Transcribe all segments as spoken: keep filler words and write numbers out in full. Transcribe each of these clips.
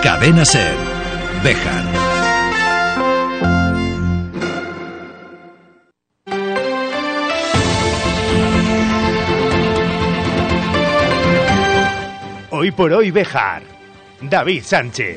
Cadena Ser. Béjar. Hoy por hoy Béjar. David Sánchez.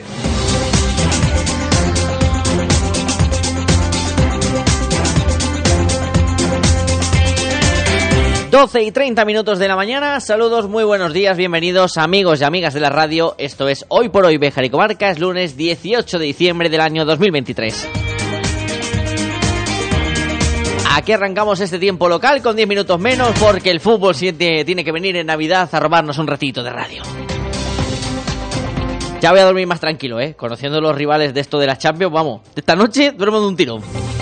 doce y treinta minutos de la mañana, saludos, muy buenos días, bienvenidos amigos y amigas de la radio, esto es Hoy por Hoy Béjar y Comarca, es lunes dieciocho de diciembre del año dos mil veintitrés. Aquí arrancamos este tiempo local con diez minutos menos porque el fútbol siente, tiene que venir en Navidad a robarnos un ratito de radio. Ya voy a dormir más tranquilo, ¿eh? Conociendo los rivales de esto de la Champions, vamos, esta noche duermo de un tirón.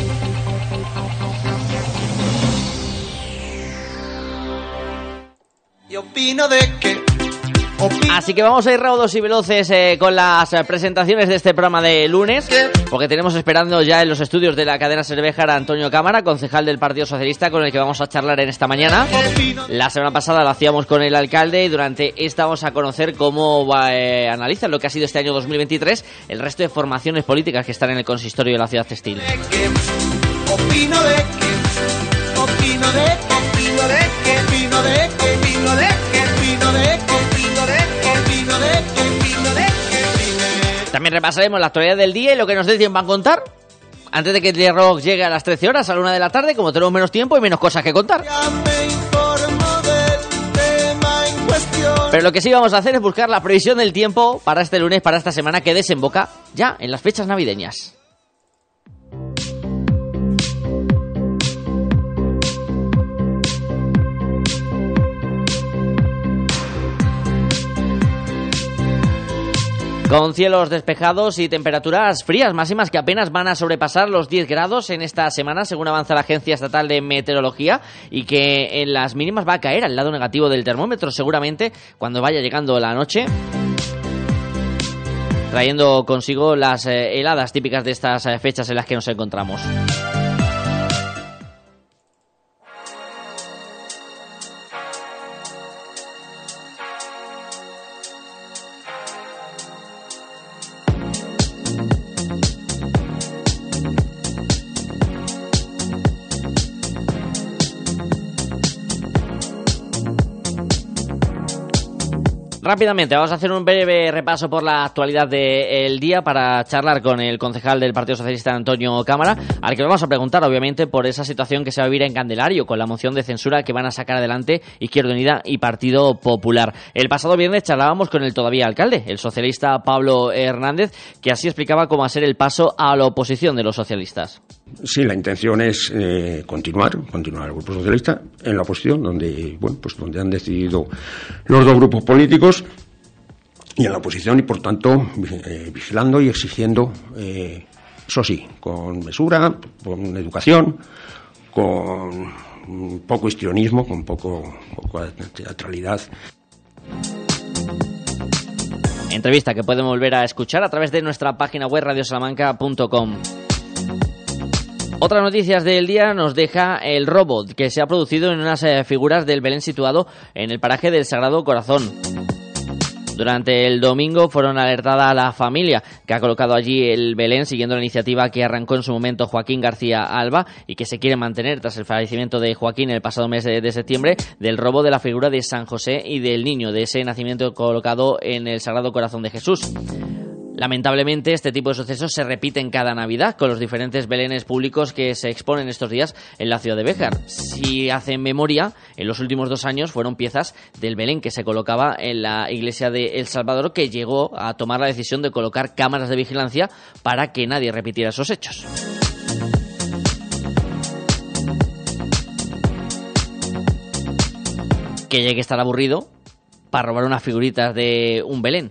Y opino de que... Opino... Así que vamos a ir raudos y veloces eh, con las eh, presentaciones de este programa de lunes, porque tenemos esperando ya en los estudios de la cadena Ser Béjar a Antonio Cámara, concejal del Partido Socialista, con el que vamos a charlar en esta mañana. La semana pasada lo hacíamos con el alcalde y durante esta vamos a conocer cómo va, eh, analizan lo que ha sido este año dos mil veintitrés el resto de formaciones políticas que están en el consistorio de la ciudad textil. Opino de que... Opino de que... Opino de que... Opino de que... Opino de que... Opino de que... Opino de que... Opino de que... Opino de que... También repasaremos la actualidad del día y lo que nos dé tiempo a contar antes de que el rock llegue a las trece horas, a la una de la tarde, como tenemos menos tiempo y menos cosas que contar. Ya me informo del tema en cuestión. Pero lo que sí vamos a hacer es buscar la previsión del tiempo para este lunes, para esta semana que desemboca ya en las fechas navideñas. Con cielos despejados y temperaturas frías máximas que apenas van a sobrepasar los diez grados en esta semana, según avanza la Agencia Estatal de Meteorología, y que en las mínimas va a caer al lado negativo del termómetro seguramente cuando vaya llegando la noche, trayendo consigo las eh, heladas típicas de estas eh, fechas en las que nos encontramos. Rápidamente, vamos a hacer un breve repaso por la actualidad del día para charlar con el concejal del Partido Socialista, Antonio Cámara, al que vamos a preguntar, obviamente, por esa situación que se va a vivir en Candelario con la moción de censura que van a sacar adelante Izquierda Unida y Partido Popular. El pasado viernes charlábamos con el todavía alcalde, el socialista Pablo Hernández, que así explicaba cómo va a ser el paso a la oposición de los socialistas. Sí, la intención es eh, continuar, continuar el Grupo Socialista en la oposición, donde, bueno, pues donde han decidido los dos grupos políticos, y en la oposición, y por tanto eh, vigilando y exigiendo, eh, eso sí, con mesura, con educación, con poco histrionismo, con poco, poco teatralidad. Entrevista que pueden volver a escuchar a través de nuestra página web radio salamanca punto com. Otras noticias del día nos deja el robo que se ha producido en unas eh, figuras del Belén situado en el paraje del Sagrado Corazón. Durante el domingo fueron alertada a la familia que ha colocado allí el Belén siguiendo la iniciativa que arrancó en su momento Joaquín García Alba y que se quiere mantener tras el fallecimiento de Joaquín el pasado mes de, de septiembre, del robo de la figura de San José y del niño de ese nacimiento colocado en el Sagrado Corazón de Jesús. Lamentablemente, este tipo de sucesos se repiten cada Navidad con los diferentes belenes públicos que se exponen estos días en la ciudad de Béjar. Si hacen memoria, en los últimos dos años fueron piezas del Belén que se colocaba en la iglesia de El Salvador, que llegó a tomar la decisión de colocar cámaras de vigilancia para que nadie repitiera esos hechos. Que llegue a estar aburrido para robar unas figuritas de un Belén.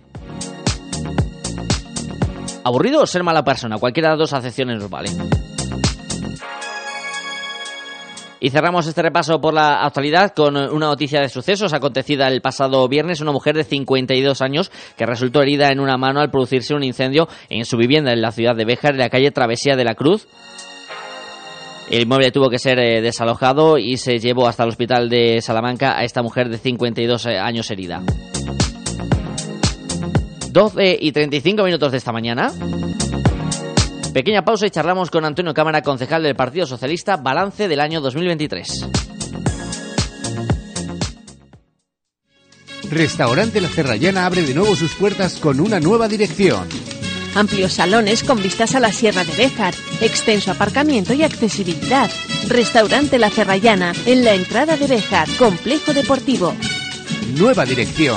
¿Aburrido o ser mala persona? Cualquiera de las dos acepciones nos vale. Y cerramos este repaso por la actualidad con una noticia de sucesos acontecida el pasado viernes. Una mujer de cincuenta y dos años que resultó herida en una mano al producirse un incendio en su vivienda en la ciudad de Béjar, en la calle Travesía de la Cruz. El inmueble tuvo que ser eh, desalojado y se llevó hasta el hospital de Salamanca a esta mujer de cincuenta y dos años herida. doce y treinta y cinco minutos de esta mañana. Pequeña pausa y charlamos con Antonio Cámara, concejal del Partido Socialista, balance del año dos mil veintitrés. Restaurante La Cerrallana abre de nuevo sus puertas con una nueva dirección. Amplios salones con vistas a la Sierra de Béjar, extenso aparcamiento y accesibilidad. Restaurante La Cerrallana, en la entrada de Béjar, complejo deportivo. Nueva dirección.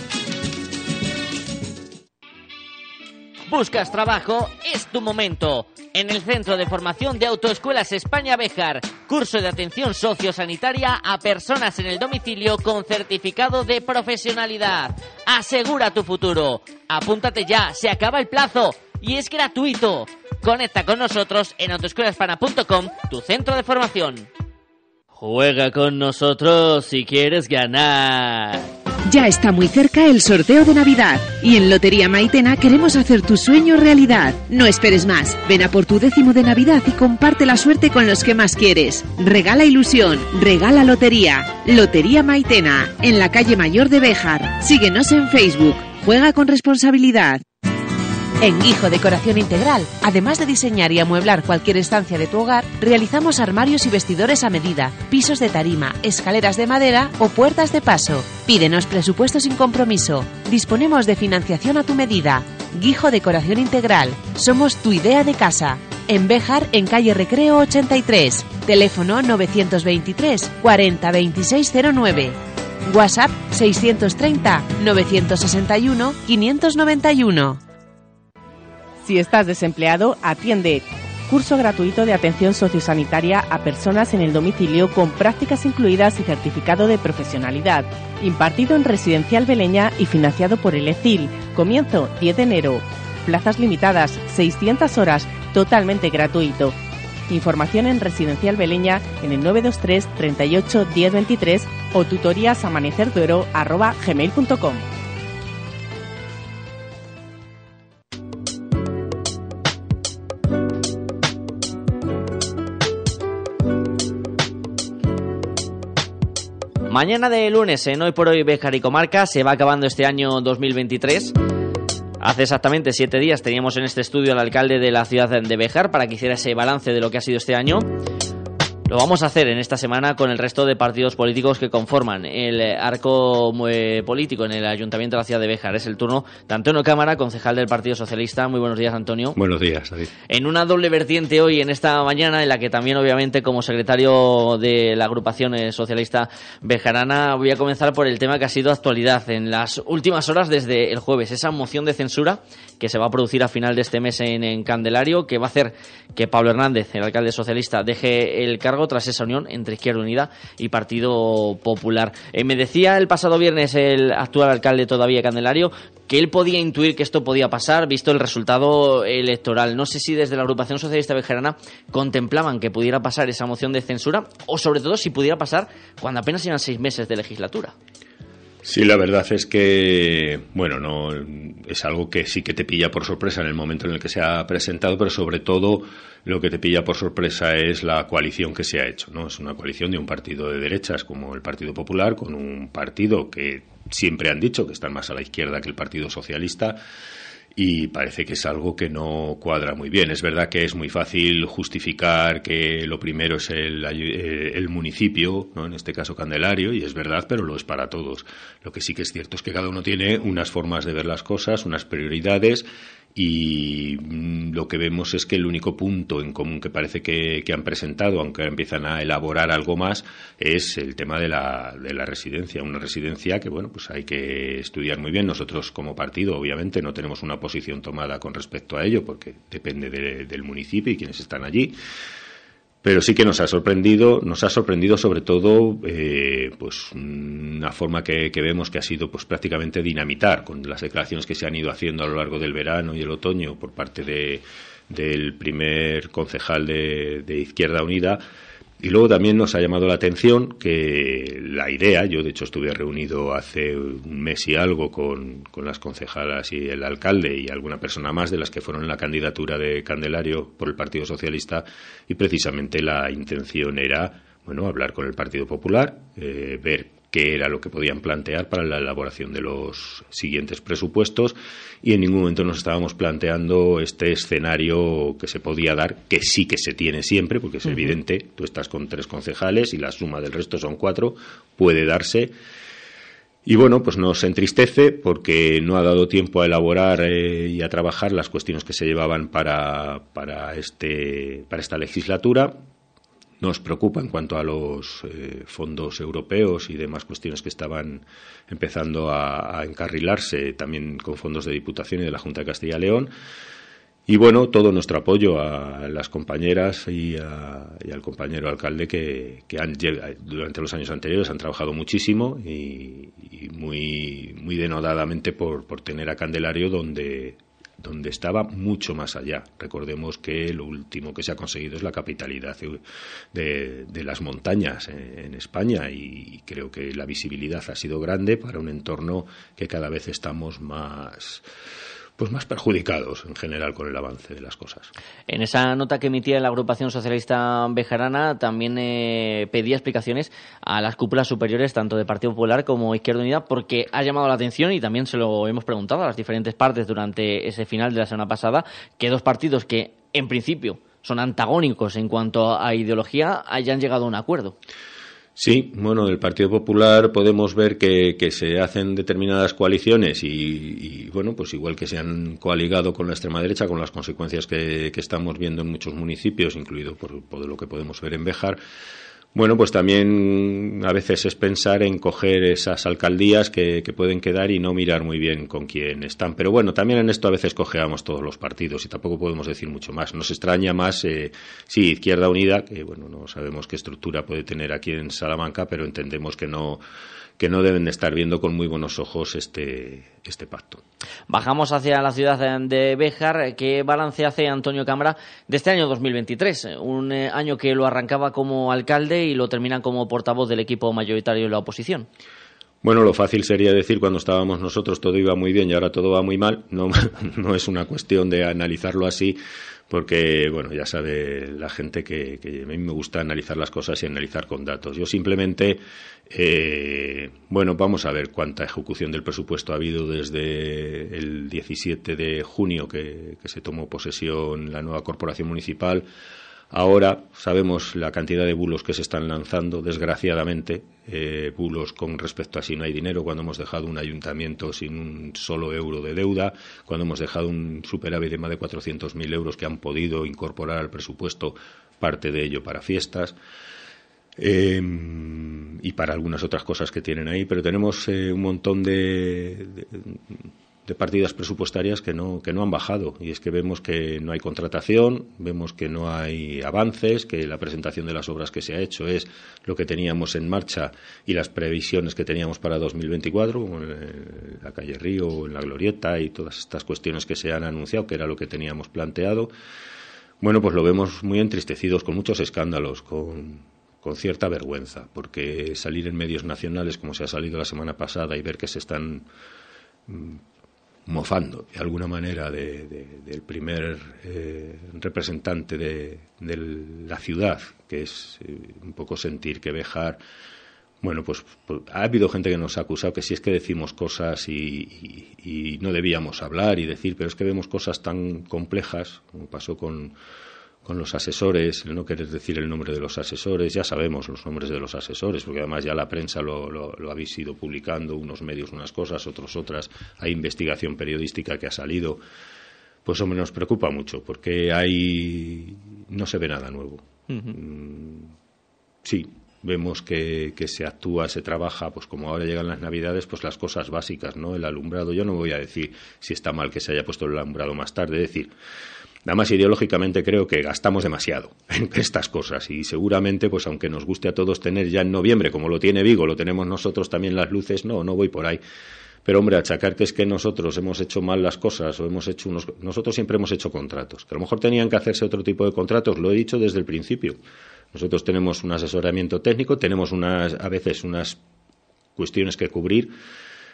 ¿Buscas trabajo? Es tu momento. En el Centro de Formación de Autoescuelas España Béjar, curso de atención sociosanitaria a personas en el domicilio con certificado de profesionalidad. Asegura tu futuro. Apúntate ya, se acaba el plazo y es gratuito. Conecta con nosotros en autoescuelahispana punto com, tu centro de formación. Juega con nosotros si quieres ganar. Ya está muy cerca el sorteo de Navidad y en Lotería Maitena queremos hacer tu sueño realidad. No esperes más, ven a por tu décimo de Navidad y comparte la suerte con los que más quieres. Regala ilusión, regala lotería. Lotería Maitena, en la calle Mayor de Béjar. Síguenos en Facebook. Juega con responsabilidad. En Guijo Decoración Integral, además de diseñar y amueblar cualquier estancia de tu hogar, realizamos armarios y vestidores a medida, pisos de tarima, escaleras de madera o puertas de paso. Pídenos presupuesto sin compromiso. Disponemos de financiación a tu medida. Guijo Decoración Integral. Somos tu idea de casa. En Béjar, en calle Recreo ochenta y tres. Teléfono novecientos veintitrés cuarenta veintiséis cero nueve. WhatsApp seiscientos treinta novecientos sesenta y uno quinientos noventa y uno. Si estás desempleado, atiende. Curso gratuito de atención sociosanitaria a personas en el domicilio con prácticas incluidas y certificado de profesionalidad. Impartido en Residencial Beleña y financiado por el E C I L. Comienzo diez de enero. Plazas limitadas, seiscientas horas, totalmente gratuito. Información en Residencial Beleña en el nueve dos tres treinta y ocho diez veintitrés o tutorías amanecerduero arroba gmail punto com. Mañana de lunes, en Hoy por Hoy Béjar y Comarca, se va acabando este año dos mil veintitrés. Hace exactamente siete días teníamos en este estudio al alcalde de la ciudad de Béjar para que hiciera ese balance de lo que ha sido este año. Lo vamos a hacer en esta semana con el resto de partidos políticos que conforman el arco eh, político en el Ayuntamiento de la ciudad de Béjar. Es el turno de Antonio Cámara, concejal del Partido Socialista. Muy buenos días, Antonio. Buenos días, David. En una doble vertiente hoy, en esta mañana, en la que también, obviamente, como secretario de la agrupación socialista bejarana, voy a comenzar por el tema que ha sido actualidad en las últimas horas desde el jueves. Esa moción de censura que se va a producir a final de este mes en, en Candelario, que va a hacer que Pablo Hernández, el alcalde socialista, deje el cargo tras esa unión entre Izquierda Unida y Partido Popular. Eh, me decía el pasado viernes el actual alcalde todavía de Candelario que él podía intuir que esto podía pasar visto el resultado electoral. No sé si desde la agrupación socialista bejarana contemplaban que pudiera pasar esa moción de censura o sobre todo si pudiera pasar cuando apenas iban seis meses de legislatura. Sí, la verdad es que, bueno, no es algo que sí que te pilla por sorpresa en el momento en el que se ha presentado, pero sobre todo lo que te pilla por sorpresa es la coalición que se ha hecho, ¿no? Es una coalición de un partido de derechas como el Partido Popular con un partido que siempre han dicho que están más a la izquierda que el Partido Socialista. Y parece que es algo que no cuadra muy bien. Es verdad que es muy fácil justificar que lo primero es el, el municipio, ¿no? En este caso Candelario, y es verdad, pero lo es para todos. Lo que sí que es cierto es que cada uno tiene unas formas de ver las cosas, unas prioridades, y lo que vemos es que el único punto en común que parece que, que han presentado, aunque empiezan a elaborar algo más, es el tema de la, de la residencia. Una residencia que, bueno, pues hay que estudiar muy bien. Nosotros como partido, obviamente, no tenemos una posición tomada con respecto a ello, porque depende de, del municipio y quienes están allí. Pero sí que nos ha sorprendido, nos ha sorprendido sobre todo eh, pues una forma que, que vemos que ha sido pues prácticamente dinamitar con las declaraciones que se han ido haciendo a lo largo del verano y el otoño por parte de, del primer concejal de, de Izquierda Unida. Y luego también nos ha llamado la atención que la idea, yo de hecho estuve reunido hace un mes y algo con, con las concejalas y el alcalde y alguna persona más de las que fueron en la candidatura de Candelario por el Partido Socialista, y precisamente la intención era, bueno, hablar con el Partido Popular, eh, ver qué era lo que podían plantear para la elaboración de los siguientes presupuestos, y en ningún momento nos estábamos planteando este escenario que se podía dar, que sí que se tiene siempre, porque es uh-huh. evidente, tú estás con tres concejales y la suma del resto son cuatro, puede darse. Y bueno, pues nos entristece porque no ha dado tiempo a elaborar eh, y a trabajar las cuestiones que se llevaban para, para, este, para esta legislatura. Nos preocupa en cuanto a los eh, fondos europeos y demás cuestiones que estaban empezando a, a encarrilarse, también con fondos de Diputación y de la Junta de Castilla y León. Y bueno, todo nuestro apoyo a las compañeras y, a, y al compañero alcalde que, que han, durante los años anteriores han trabajado muchísimo y, y muy, muy denodadamente por, por tener a Candelario donde, donde estaba mucho más allá. Recordemos que lo último que se ha conseguido es la capitalidad de, de las montañas en, en España, y creo que la visibilidad ha sido grande para un entorno que cada vez estamos más... pues más perjudicados en general con el avance de las cosas. En esa nota que emitía la agrupación socialista bejarana también eh, pedía explicaciones a las cúpulas superiores tanto de Partido Popular como Izquierda Unida, porque ha llamado la atención, y también se lo hemos preguntado a las diferentes partes durante ese final de la semana pasada, que dos partidos que en principio son antagónicos en cuanto a ideología hayan llegado a un acuerdo. Sí, bueno, del Partido Popular podemos ver que, que se hacen determinadas coaliciones y, y, bueno, pues igual que se han coaligado con la extrema derecha, con las consecuencias que, que estamos viendo en muchos municipios, incluido por, por lo que podemos ver en Béjar. Bueno, pues también a veces es pensar en coger esas alcaldías que, que pueden quedar y no mirar muy bien con quién están. Pero bueno, también en esto a veces cojeamos todos los partidos y tampoco podemos decir mucho más. Nos extraña más, eh, sí, Izquierda Unida, que bueno, no sabemos qué estructura puede tener aquí en Salamanca, pero entendemos que no que no deben de estar viendo con muy buenos ojos este, este pacto. Bajamos hacia la ciudad de Béjar. ¿Qué balance hace Antonio Cámara de este año dos mil veintitrés? Un eh, año que lo arrancaba como alcalde y lo termina como portavoz del equipo mayoritario en la oposición. Bueno, lo fácil sería decir cuando estábamos nosotros todo iba muy bien y ahora todo va muy mal. No, no es una cuestión de analizarlo así, porque, bueno, ya sabe la gente que, que a mí me gusta analizar las cosas y analizar con datos. Yo simplemente, eh, bueno, vamos a ver cuánta ejecución del presupuesto ha habido desde el diecisiete de junio que, que se tomó posesión la nueva corporación municipal. Ahora sabemos la cantidad de bulos que se están lanzando, desgraciadamente, eh, bulos con respecto a si no hay dinero, cuando hemos dejado un ayuntamiento sin un solo euro de deuda, cuando hemos dejado un superávit de más de cuatrocientos mil euros que han podido incorporar al presupuesto, parte de ello para fiestas. Eh, y para algunas otras cosas que tienen ahí, pero tenemos eh, un montón de, de, de partidas presupuestarias que no, que no han bajado, y es que vemos que no hay contratación, vemos que no hay avances, que la presentación de las obras que se ha hecho es lo que teníamos en marcha y las previsiones que teníamos para dos mil veinticuatro, como en la calle Río, en la Glorieta y todas estas cuestiones que se han anunciado, que era lo que teníamos planteado. Bueno, pues lo vemos muy entristecidos, con muchos escándalos, con... con cierta vergüenza, porque salir en medios nacionales como se ha salido la semana pasada y ver que se están mmm, mofando de alguna manera de, de, del primer eh, representante de, de la ciudad, que es eh, un poco sentir que Béjar, bueno, pues, pues ha habido gente que nos ha acusado que si es que decimos cosas y, y, y no debíamos hablar y decir, pero es que vemos cosas tan complejas, como pasó con con los asesores, el no querer decir el nombre de los asesores. Ya sabemos los nombres de los asesores, porque además ya la prensa lo, lo, lo habéis ido publicando, unos medios unas cosas, otros otras. Hay investigación periodística que ha salido. Pues hombre, nos preocupa mucho, porque hay no se ve nada nuevo. Uh-huh. Sí, vemos que, que se actúa, se trabaja, pues como ahora llegan las Navidades, pues las cosas básicas, ¿no? El alumbrado, yo no voy a decir si está mal que se haya puesto el alumbrado más tarde, es decir, nada más ideológicamente creo que gastamos demasiado en estas cosas y seguramente, pues aunque nos guste a todos tener ya en noviembre, como lo tiene Vigo, lo tenemos nosotros también las luces, no, no voy por ahí. Pero hombre, achacar que es que nosotros hemos hecho mal las cosas o hemos hecho unos... Nosotros siempre hemos hecho contratos, que a lo mejor tenían que hacerse otro tipo de contratos, lo he dicho desde el principio. Nosotros tenemos un asesoramiento técnico, tenemos unas, a veces unas cuestiones que cubrir,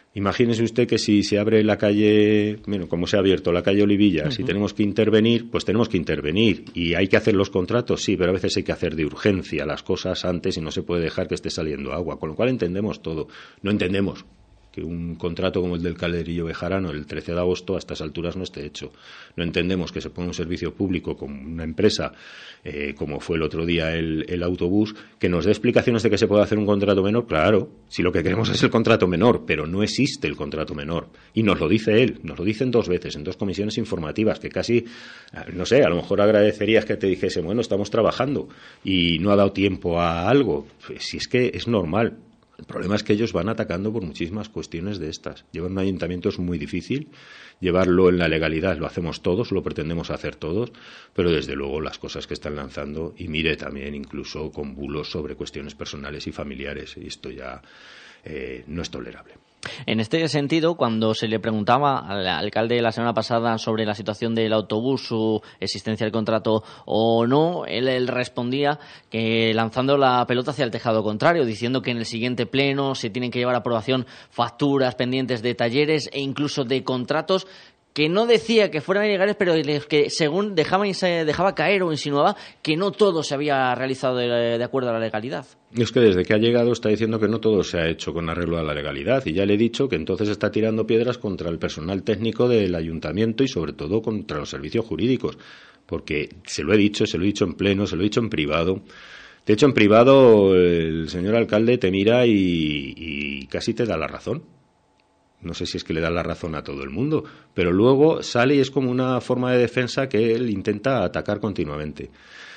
Imagínese usted que si se abre la calle, bueno, como se ha abierto la calle Olivilla, uh-huh. si tenemos que intervenir, pues tenemos que intervenir. Y hay que hacer los contratos, sí, pero a veces hay que hacer de urgencia las cosas antes y no se puede dejar que esté saliendo agua. Con lo cual entendemos todo. No entendemos que un contrato como el del Calderillo Bejarano el trece de agosto a estas alturas no esté hecho. No entendemos que se ponga un servicio público con una empresa, eh, como fue el otro día el, el autobús, que nos dé explicaciones de que se puede hacer un contrato menor. Claro, si lo que queremos es el contrato menor, pero no existe el contrato menor. Y nos lo dice él, nos lo dicen dos veces, en dos comisiones informativas, que casi, no sé, a lo mejor agradecerías que te dijese, bueno, estamos trabajando y no ha dado tiempo a algo. Pues, si es que es normal. El problema es que ellos van atacando por muchísimas cuestiones de estas. Llevar un ayuntamiento es muy difícil, llevarlo en la legalidad lo hacemos todos, lo pretendemos hacer todos, pero desde luego las cosas que están lanzando, y mire también incluso con bulos sobre cuestiones personales y familiares, y esto ya eh, no es tolerable. En este sentido, cuando se le preguntaba al alcalde la semana pasada sobre la situación del autobús, su existencia del contrato o no, él, él respondía que lanzando la pelota hacia el tejado contrario, diciendo que en el siguiente pleno se tienen que llevar a aprobación facturas pendientes de talleres e incluso de contratos que no decía que fueran ilegales, pero que según dejaba, dejaba caer o insinuaba que no todo se había realizado de, de acuerdo a la legalidad. Es que desde que ha llegado está diciendo que no todo se ha hecho con arreglo a la legalidad, y ya le he dicho que entonces está tirando piedras contra el personal técnico del ayuntamiento y sobre todo contra los servicios jurídicos, porque se lo he dicho, se lo he dicho en pleno, se lo he dicho en privado. De hecho, en privado el señor alcalde te mira y, y casi te da la razón. No sé si es que le da la razón a todo el mundo, pero luego sale y es como una forma de defensa que él intenta atacar continuamente.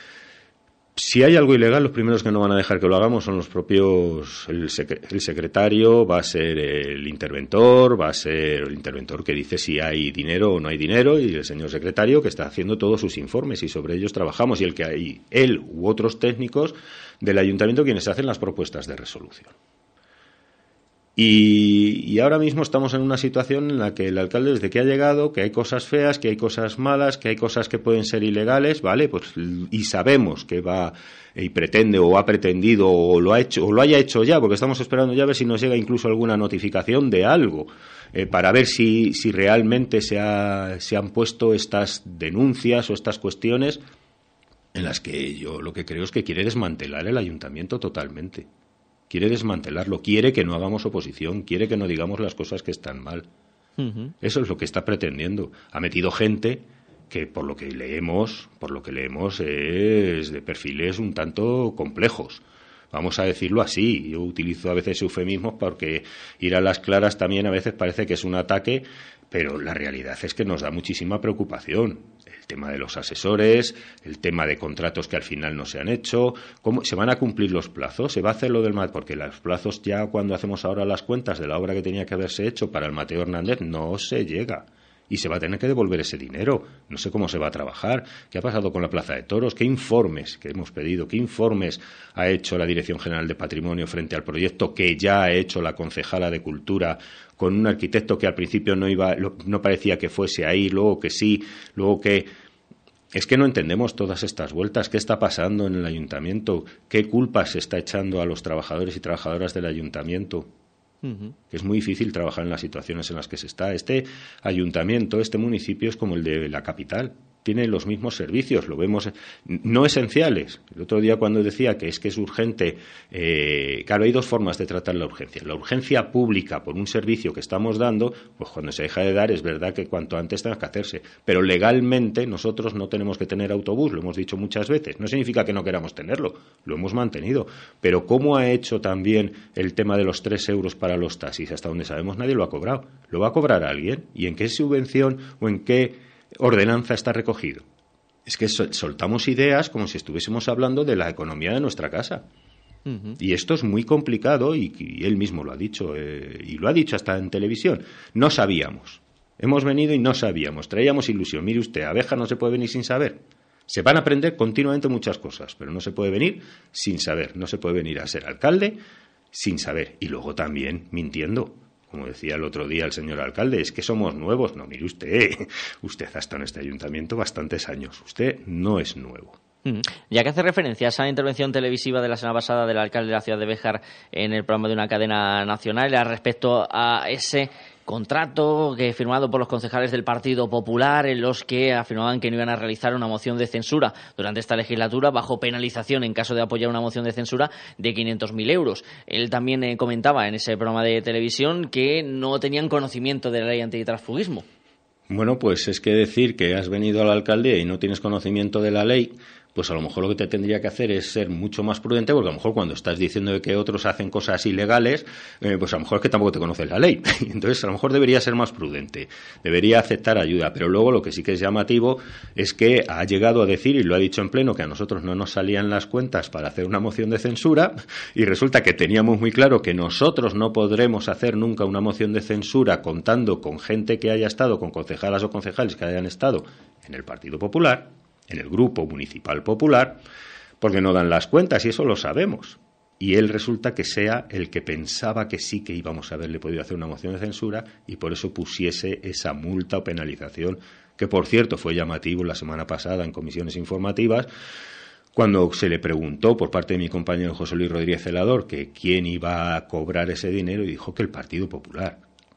Si hay algo ilegal, los primeros que no van a dejar que lo hagamos son los propios, el, secre, el secretario, va a ser el interventor, va a ser el interventor que dice si hay dinero o no hay dinero, y el señor secretario que está haciendo todos sus informes y sobre ellos trabajamos, y el que hay él u otros técnicos del ayuntamiento quienes hacen las propuestas de resolución. Y, y ahora mismo estamos en una situación en la que el alcalde, desde que ha llegado, que hay cosas feas, que hay cosas malas, que hay cosas que pueden ser ilegales, ¿vale? Pues, y sabemos que va y pretende o ha pretendido o lo ha hecho o lo haya hecho ya, porque estamos esperando ya a ver si nos llega incluso alguna notificación de algo, eh, para ver si, si realmente se, ha, se han puesto estas denuncias o estas cuestiones en las que yo lo que creo es que quiere desmantelar el ayuntamiento totalmente. Quiere desmantelarlo, quiere que no hagamos oposición, quiere que no digamos las cosas que están mal. Uh-huh. Eso es lo que está pretendiendo. Ha metido gente que, por lo que leemos, por lo que leemos, es de perfiles un tanto complejos. Vamos a decirlo así. Yo utilizo a veces eufemismos porque ir a las claras también a veces parece que es un ataque, pero la realidad es que nos da muchísima preocupación. El tema de los asesores, el tema de contratos que al final no se han hecho, ¿cómo se van a cumplir los plazos? ¿Se va a hacer lo del Mateo? Porque los plazos ya cuando hacemos ahora las cuentas de la obra que tenía que haberse hecho para el Mateo Hernández no se llega. Y se va a tener que devolver ese dinero. No sé cómo se va a trabajar. ¿Qué ha pasado con la Plaza de Toros? ¿Qué informes que hemos pedido? ¿Qué informes ha hecho la Dirección General de Patrimonio frente al proyecto que ya ha hecho la concejala de Cultura con un arquitecto que al principio no iba, no parecía que fuese ahí, luego que sí, luego que... Es que no entendemos todas estas vueltas. ¿Qué está pasando en el ayuntamiento? ¿Qué culpas se está echando a los trabajadores y trabajadoras del ayuntamiento? Uh-huh. Que es muy difícil trabajar en las situaciones en las que se está. Este ayuntamiento, este municipio es como el de la capital. Tiene los mismos servicios, lo vemos, no esenciales. El otro día cuando decía que es que es urgente, eh, claro, hay dos formas de tratar la urgencia. La urgencia pública por un servicio que estamos dando, pues cuando se deja de dar es verdad que cuanto antes tenga que hacerse. Pero legalmente nosotros no tenemos que tener autobús, lo hemos dicho muchas veces. No significa que no queramos tenerlo, lo hemos mantenido. Pero ¿cómo ha hecho también el tema de los tres euros para los taxis? Hasta donde sabemos nadie lo ha cobrado. ¿Lo va a cobrar alguien? ¿Y en qué subvención o en qué ordenanza está recogido? Es que soltamos ideas como si estuviésemos hablando de la economía de nuestra casa. Uh-huh. Y esto es muy complicado y, y él mismo lo ha dicho, eh, y lo ha dicho hasta en televisión. No sabíamos. Hemos venido y no sabíamos. Traíamos ilusión. Mire usted, a Béjar no se puede venir sin saber. Se van a aprender continuamente muchas cosas, pero no se puede venir sin saber. No se puede venir a ser alcalde sin saber. Y luego también mintiendo. Como decía el otro día el señor alcalde, es que somos nuevos. No, mire usted, usted ha estado en este ayuntamiento bastantes años. Usted no es nuevo. Ya que hace referencia a esa intervención televisiva de la semana pasada del alcalde de la ciudad de Béjar en el programa de una cadena nacional respecto a ese contrato que firmado por los concejales del Partido Popular, en los que afirmaban que no iban a realizar una moción de censura durante esta legislatura bajo penalización en caso de apoyar una moción de censura de quinientos mil euros. Él también eh, comentaba en ese programa de televisión que no tenían conocimiento de la ley antitransfugismo. Bueno, pues es que decir que has venido a la alcaldía y no tienes conocimiento de la ley, pues a lo mejor lo que te tendría que hacer es ser mucho más prudente, porque a lo mejor cuando estás diciendo que otros hacen cosas ilegales, eh, pues a lo mejor es que tampoco te conoces la ley. Entonces, a lo mejor debería ser más prudente, debería aceptar ayuda. Pero luego lo que sí que es llamativo es que ha llegado a decir, y lo ha dicho en pleno, que a nosotros no nos salían las cuentas para hacer una moción de censura, y resulta que teníamos muy claro que nosotros no podremos hacer nunca una moción de censura contando con gente que haya estado, con concejalas o concejales que hayan estado en el Partido Popular, en el Grupo Municipal Popular, porque no dan las cuentas, y eso lo sabemos. Y él resulta que sea el que pensaba que sí que íbamos a haberle podido hacer una moción de censura y por eso pusiese esa multa o penalización, que por cierto fue llamativo la semana pasada en comisiones informativas, cuando se le preguntó por parte de mi compañero José Luis Rodríguez Celador que quién iba a cobrar ese dinero, y dijo que el Partido Popular.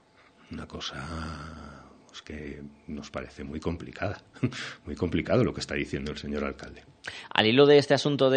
Una cosa que nos parece muy complicada, muy complicado lo que está diciendo el señor alcalde. Al hilo de este asunto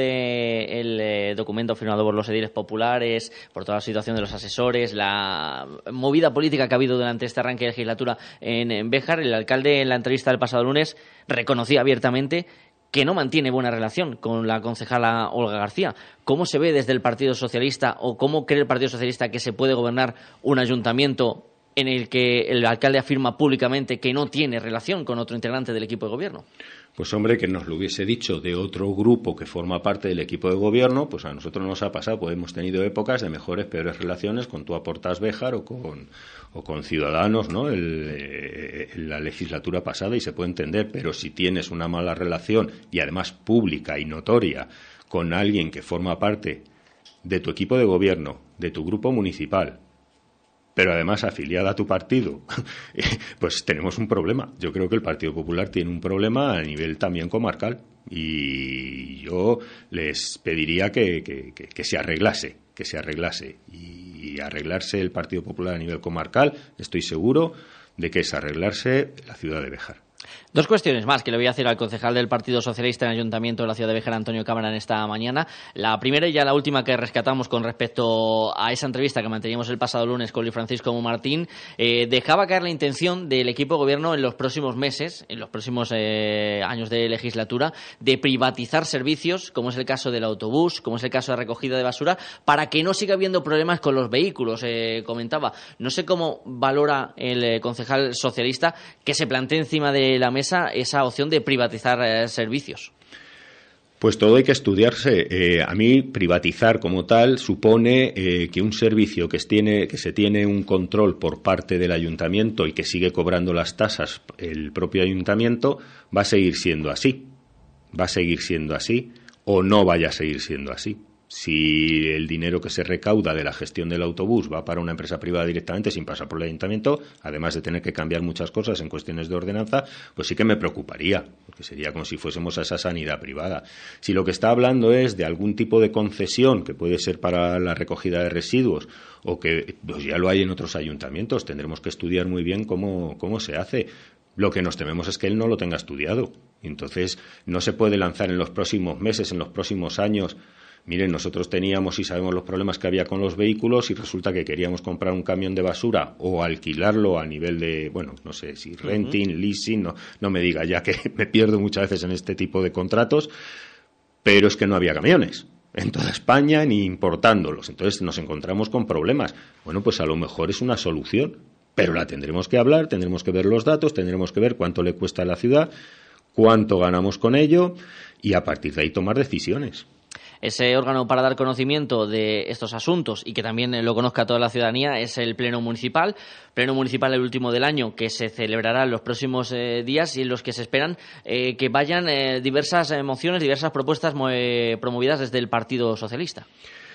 del eh, documento firmado por los ediles populares, por toda la situación de los asesores, la movida política que ha habido durante este arranque de legislatura en, en Béjar, el alcalde en la entrevista del pasado lunes reconocía abiertamente que no mantiene buena relación con la concejala Olga García. ¿Cómo se ve desde el Partido Socialista o cómo cree el Partido Socialista que se puede gobernar un ayuntamiento en el que el alcalde afirma públicamente que no tiene relación con otro integrante del equipo de gobierno? Pues hombre, que nos lo hubiese dicho de otro grupo que forma parte del equipo de gobierno, pues a nosotros nos ha pasado, pues hemos tenido épocas de mejores, peores relaciones con Tú Aportas Béjar o con, o con Ciudadanos, ¿no? El, eh, la legislatura pasada, y se puede entender, pero si tienes una mala relación y además pública y notoria con alguien que forma parte de tu equipo de gobierno, de tu grupo municipal, pero además afiliada a tu partido, pues tenemos un problema. Yo creo que el Partido Popular tiene un problema a nivel también comarcal y yo les pediría que, que, que, que se arreglase, que se arreglase. Y arreglarse el Partido Popular a nivel comarcal, estoy seguro de que es arreglarse la ciudad de Béjar. Dos cuestiones más que le voy a hacer al concejal del Partido Socialista en el Ayuntamiento de la ciudad de Béjar, Antonio Cámara, en esta mañana. La primera y ya la última que rescatamos con respecto a esa entrevista que manteníamos el pasado lunes con Luis Francisco Martín, eh, dejaba caer la intención del equipo de gobierno en los próximos meses, en los próximos eh, años de legislatura, de privatizar servicios, como es el caso del autobús, como es el caso de recogida de basura, para que no siga habiendo problemas con los vehículos, eh, comentaba. No sé cómo valora el eh, concejal socialista que se plantee encima de la mesa esa opción de privatizar eh, servicios. Pues todo hay que estudiarse. Eh, a mí privatizar como tal supone eh, que un servicio que, tiene, que se tiene un control por parte del ayuntamiento y que sigue cobrando las tasas el propio ayuntamiento va a seguir siendo así. Va a seguir siendo así o no vaya a seguir siendo así. Si el dinero que se recauda de la gestión del autobús va para una empresa privada directamente sin pasar por el ayuntamiento, además de tener que cambiar muchas cosas en cuestiones de ordenanza, pues sí que me preocuparía, porque sería como si fuésemos a esa sanidad privada. Si lo que está hablando es de algún tipo de concesión, que puede ser para la recogida de residuos, o que pues ya lo hay en otros ayuntamientos, tendremos que estudiar muy bien cómo, cómo se hace. Lo que nos tememos es que él no lo tenga estudiado. Entonces, no se puede lanzar en los próximos meses, en los próximos años. Miren, nosotros teníamos y sabemos los problemas que había con los vehículos y resulta que queríamos comprar un camión de basura o alquilarlo a nivel de, bueno, no sé si renting, uh-huh. leasing, no, no me diga ya que me pierdo muchas veces en este tipo de contratos, pero es que no había camiones en toda España ni importándolos. Entonces nos encontramos con problemas. Bueno, pues a lo mejor es una solución, pero la tendremos que hablar, tendremos que ver los datos, tendremos que ver cuánto le cuesta a la ciudad, cuánto ganamos con ello y a partir de ahí tomar decisiones. Ese órgano para dar conocimiento de estos asuntos y que también lo conozca toda la ciudadanía es el Pleno Municipal. Pleno Municipal, el último del año, que se celebrará en los próximos eh, días y en los que se esperan eh, que vayan eh, diversas eh, mociones, diversas propuestas eh, promovidas desde el Partido Socialista.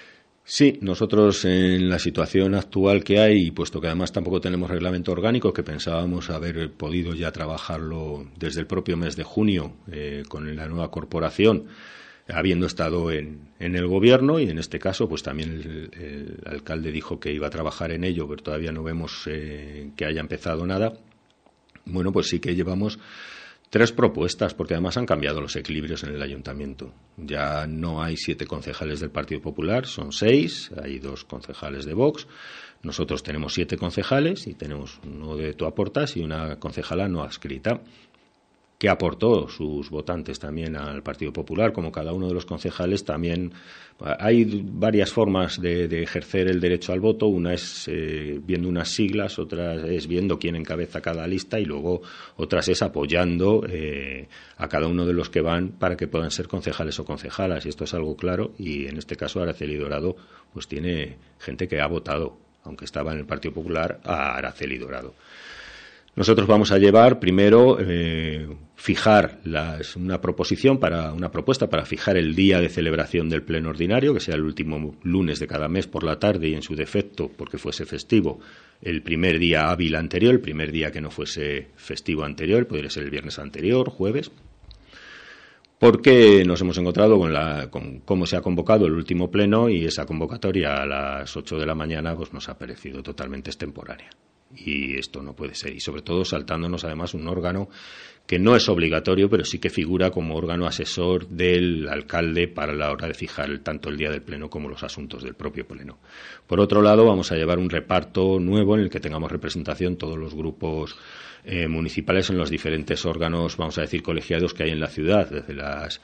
Sí, nosotros en la situación actual que hay, y puesto que además tampoco tenemos reglamento orgánico, que pensábamos haber podido ya trabajarlo desde el propio mes de junio eh, con la nueva corporación, habiendo estado en, en el gobierno, y en este caso pues también el, el alcalde dijo que iba a trabajar en ello, pero todavía no vemos eh, que haya empezado nada. Bueno, pues sí que llevamos tres propuestas, porque además han cambiado los equilibrios en el ayuntamiento. Ya no hay siete concejales del Partido Popular, son seis, hay dos concejales de Vox. Nosotros tenemos siete concejales y tenemos uno de Tú Aportas y una concejala no adscrita, que aportó sus votantes también al Partido Popular. Como cada uno de los concejales, también hay varias formas de, de ejercer el derecho al voto. Una es eh, viendo unas siglas, otra es viendo quién encabeza cada lista, y luego otras es apoyando eh, a cada uno de los que van para que puedan ser concejales o concejalas. Y esto es algo claro, y en este caso Araceli Dorado pues tiene gente que ha votado, aunque estaba en el Partido Popular, a Araceli Dorado. Nosotros vamos a llevar primero eh, fijar las, una proposición para una propuesta para fijar el día de celebración del pleno ordinario, que sea el último lunes de cada mes por la tarde, y en su defecto, porque fuese festivo, el primer día hábil anterior, el primer día que no fuese festivo anterior, podría ser el viernes anterior, jueves. Porque nos hemos encontrado con, la, con cómo se ha convocado el último pleno, y esa convocatoria a las ocho de la mañana pues nos ha parecido totalmente extemporánea. Y esto no puede ser, y sobre todo saltándonos además un órgano que no es obligatorio, pero sí que figura como órgano asesor del alcalde para la hora de fijar tanto el día del pleno como los asuntos del propio pleno. Por otro lado, vamos a llevar un reparto nuevo en el que tengamos representación todos los grupos eh, municipales en los diferentes órganos, vamos a decir, colegiados que hay en la ciudad, desde las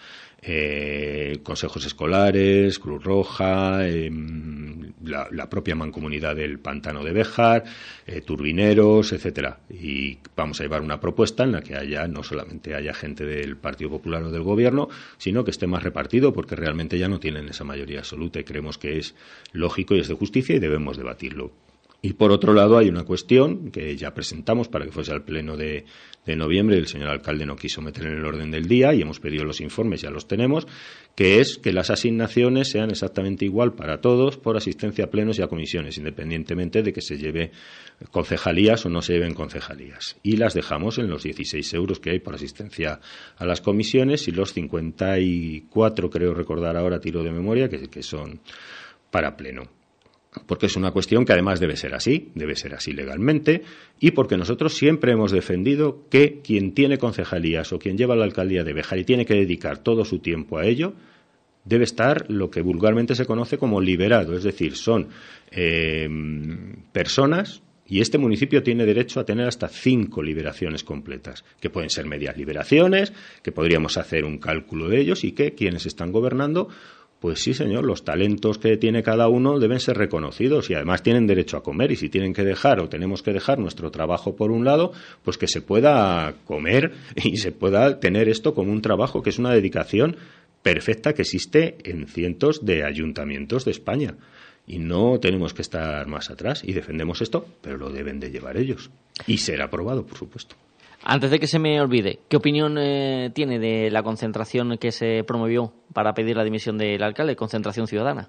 eh, consejos escolares, Cruz Roja, eh, la, la propia mancomunidad del Pantano de Béjar, eh, turbineros, etcétera. Y vamos a llevar una propuesta en la que haya no solamente haya gente del Partido Popular o del Gobierno, sino que esté más repartido, porque realmente ya no tienen esa mayoría absoluta, y creemos que es lógico y es de justicia, y debemos debatirlo. Y por otro lado hay una cuestión que ya presentamos para que fuese al pleno de, de noviembre, el señor alcalde no quiso meter en el orden del día, y hemos pedido los informes, ya los tenemos, que es que las asignaciones sean exactamente igual para todos por asistencia a plenos y a comisiones, independientemente de que se lleve concejalías o no se lleven concejalías. Y las dejamos en los dieciséis euros que hay por asistencia a las comisiones, y los cincuenta y cuatro, creo recordar ahora, tiro de memoria, que, que son para pleno. Porque es una cuestión que además debe ser así, debe ser así legalmente, y porque nosotros siempre hemos defendido que quien tiene concejalías o quien lleva la alcaldía de Béjar y tiene que dedicar todo su tiempo a ello, debe estar lo que vulgarmente se conoce como liberado, es decir, son eh, personas, y este municipio tiene derecho a tener hasta cinco liberaciones completas, que pueden ser medias liberaciones, que podríamos hacer un cálculo de ellos, y que quienes están gobernando, pues sí, señor, los talentos que tiene cada uno deben ser reconocidos, y además tienen derecho a comer, y si tienen que dejar o tenemos que dejar nuestro trabajo por un lado, pues que se pueda comer y se pueda tener esto como un trabajo, que es una dedicación perfecta que existe en cientos de ayuntamientos de España. Y no tenemos que estar más atrás, y defendemos esto, pero lo deben de llevar ellos. Y ser aprobado, por supuesto. Antes de que se me olvide, ¿qué opinión eh, tiene de la concentración que se promovió para pedir la dimisión del alcalde, concentración ciudadana?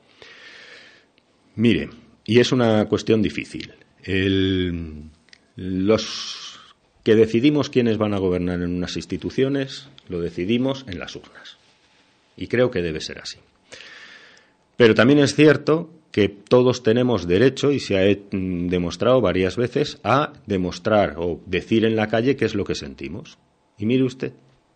Mire, y es una cuestión difícil. El, los que decidimos quiénes van a gobernar en unas instituciones, lo decidimos en las urnas. Y creo que debe ser así. Pero también es cierto que todos tenemos derecho, y se ha demostrado varias veces, a demostrar o decir en la calle qué es lo que sentimos. Y mire usted,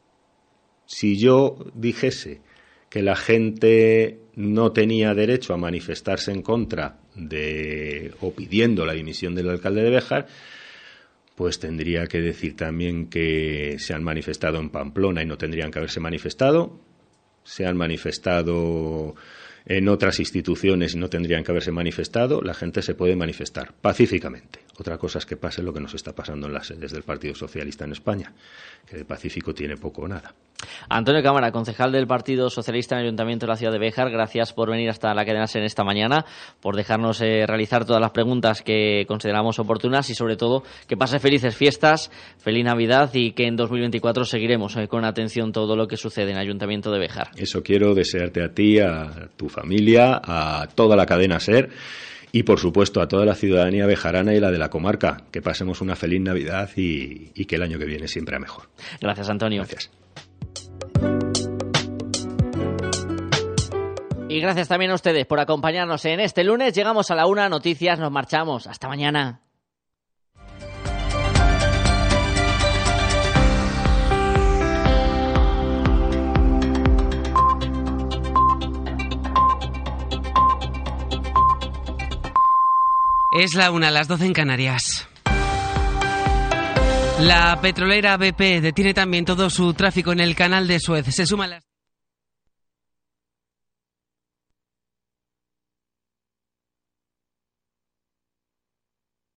si yo dijese que la gente no tenía derecho a manifestarse en contra de o pidiendo la dimisión del alcalde de Béjar, pues tendría que decir también que se han manifestado en Pamplona y no tendrían que haberse manifestado, se han manifestado en otras instituciones y no tendrían que haberse manifestado. La gente se puede manifestar pacíficamente. Otra cosa es que pase lo que nos está pasando en las sedes del Partido Socialista en España, que de pacífico tiene poco o nada. Antonio Cámara, concejal del Partido Socialista en el Ayuntamiento de la ciudad de Béjar, gracias por venir hasta la cadena SER en esta mañana, por dejarnos eh, realizar todas las preguntas que consideramos oportunas y sobre todo que pase felices fiestas, feliz Navidad y que en dos mil veinticuatro seguiremos eh, con atención todo lo que sucede en el Ayuntamiento de Béjar. Eso quiero desearte a ti, a tu familia, a toda la cadena SER y por supuesto a toda la ciudadanía bejarana y la de la comarca, que pasemos una feliz Navidad y, y que el año que viene siempre a mejor. Gracias, Antonio. Gracias. Y gracias también a ustedes por acompañarnos en este lunes. Llegamos a la una, noticias, nos marchamos. Hasta mañana. Es la una, las doce en Canarias. La petrolera B P detiene también todo su tráfico en el canal de Suez. Se suman las...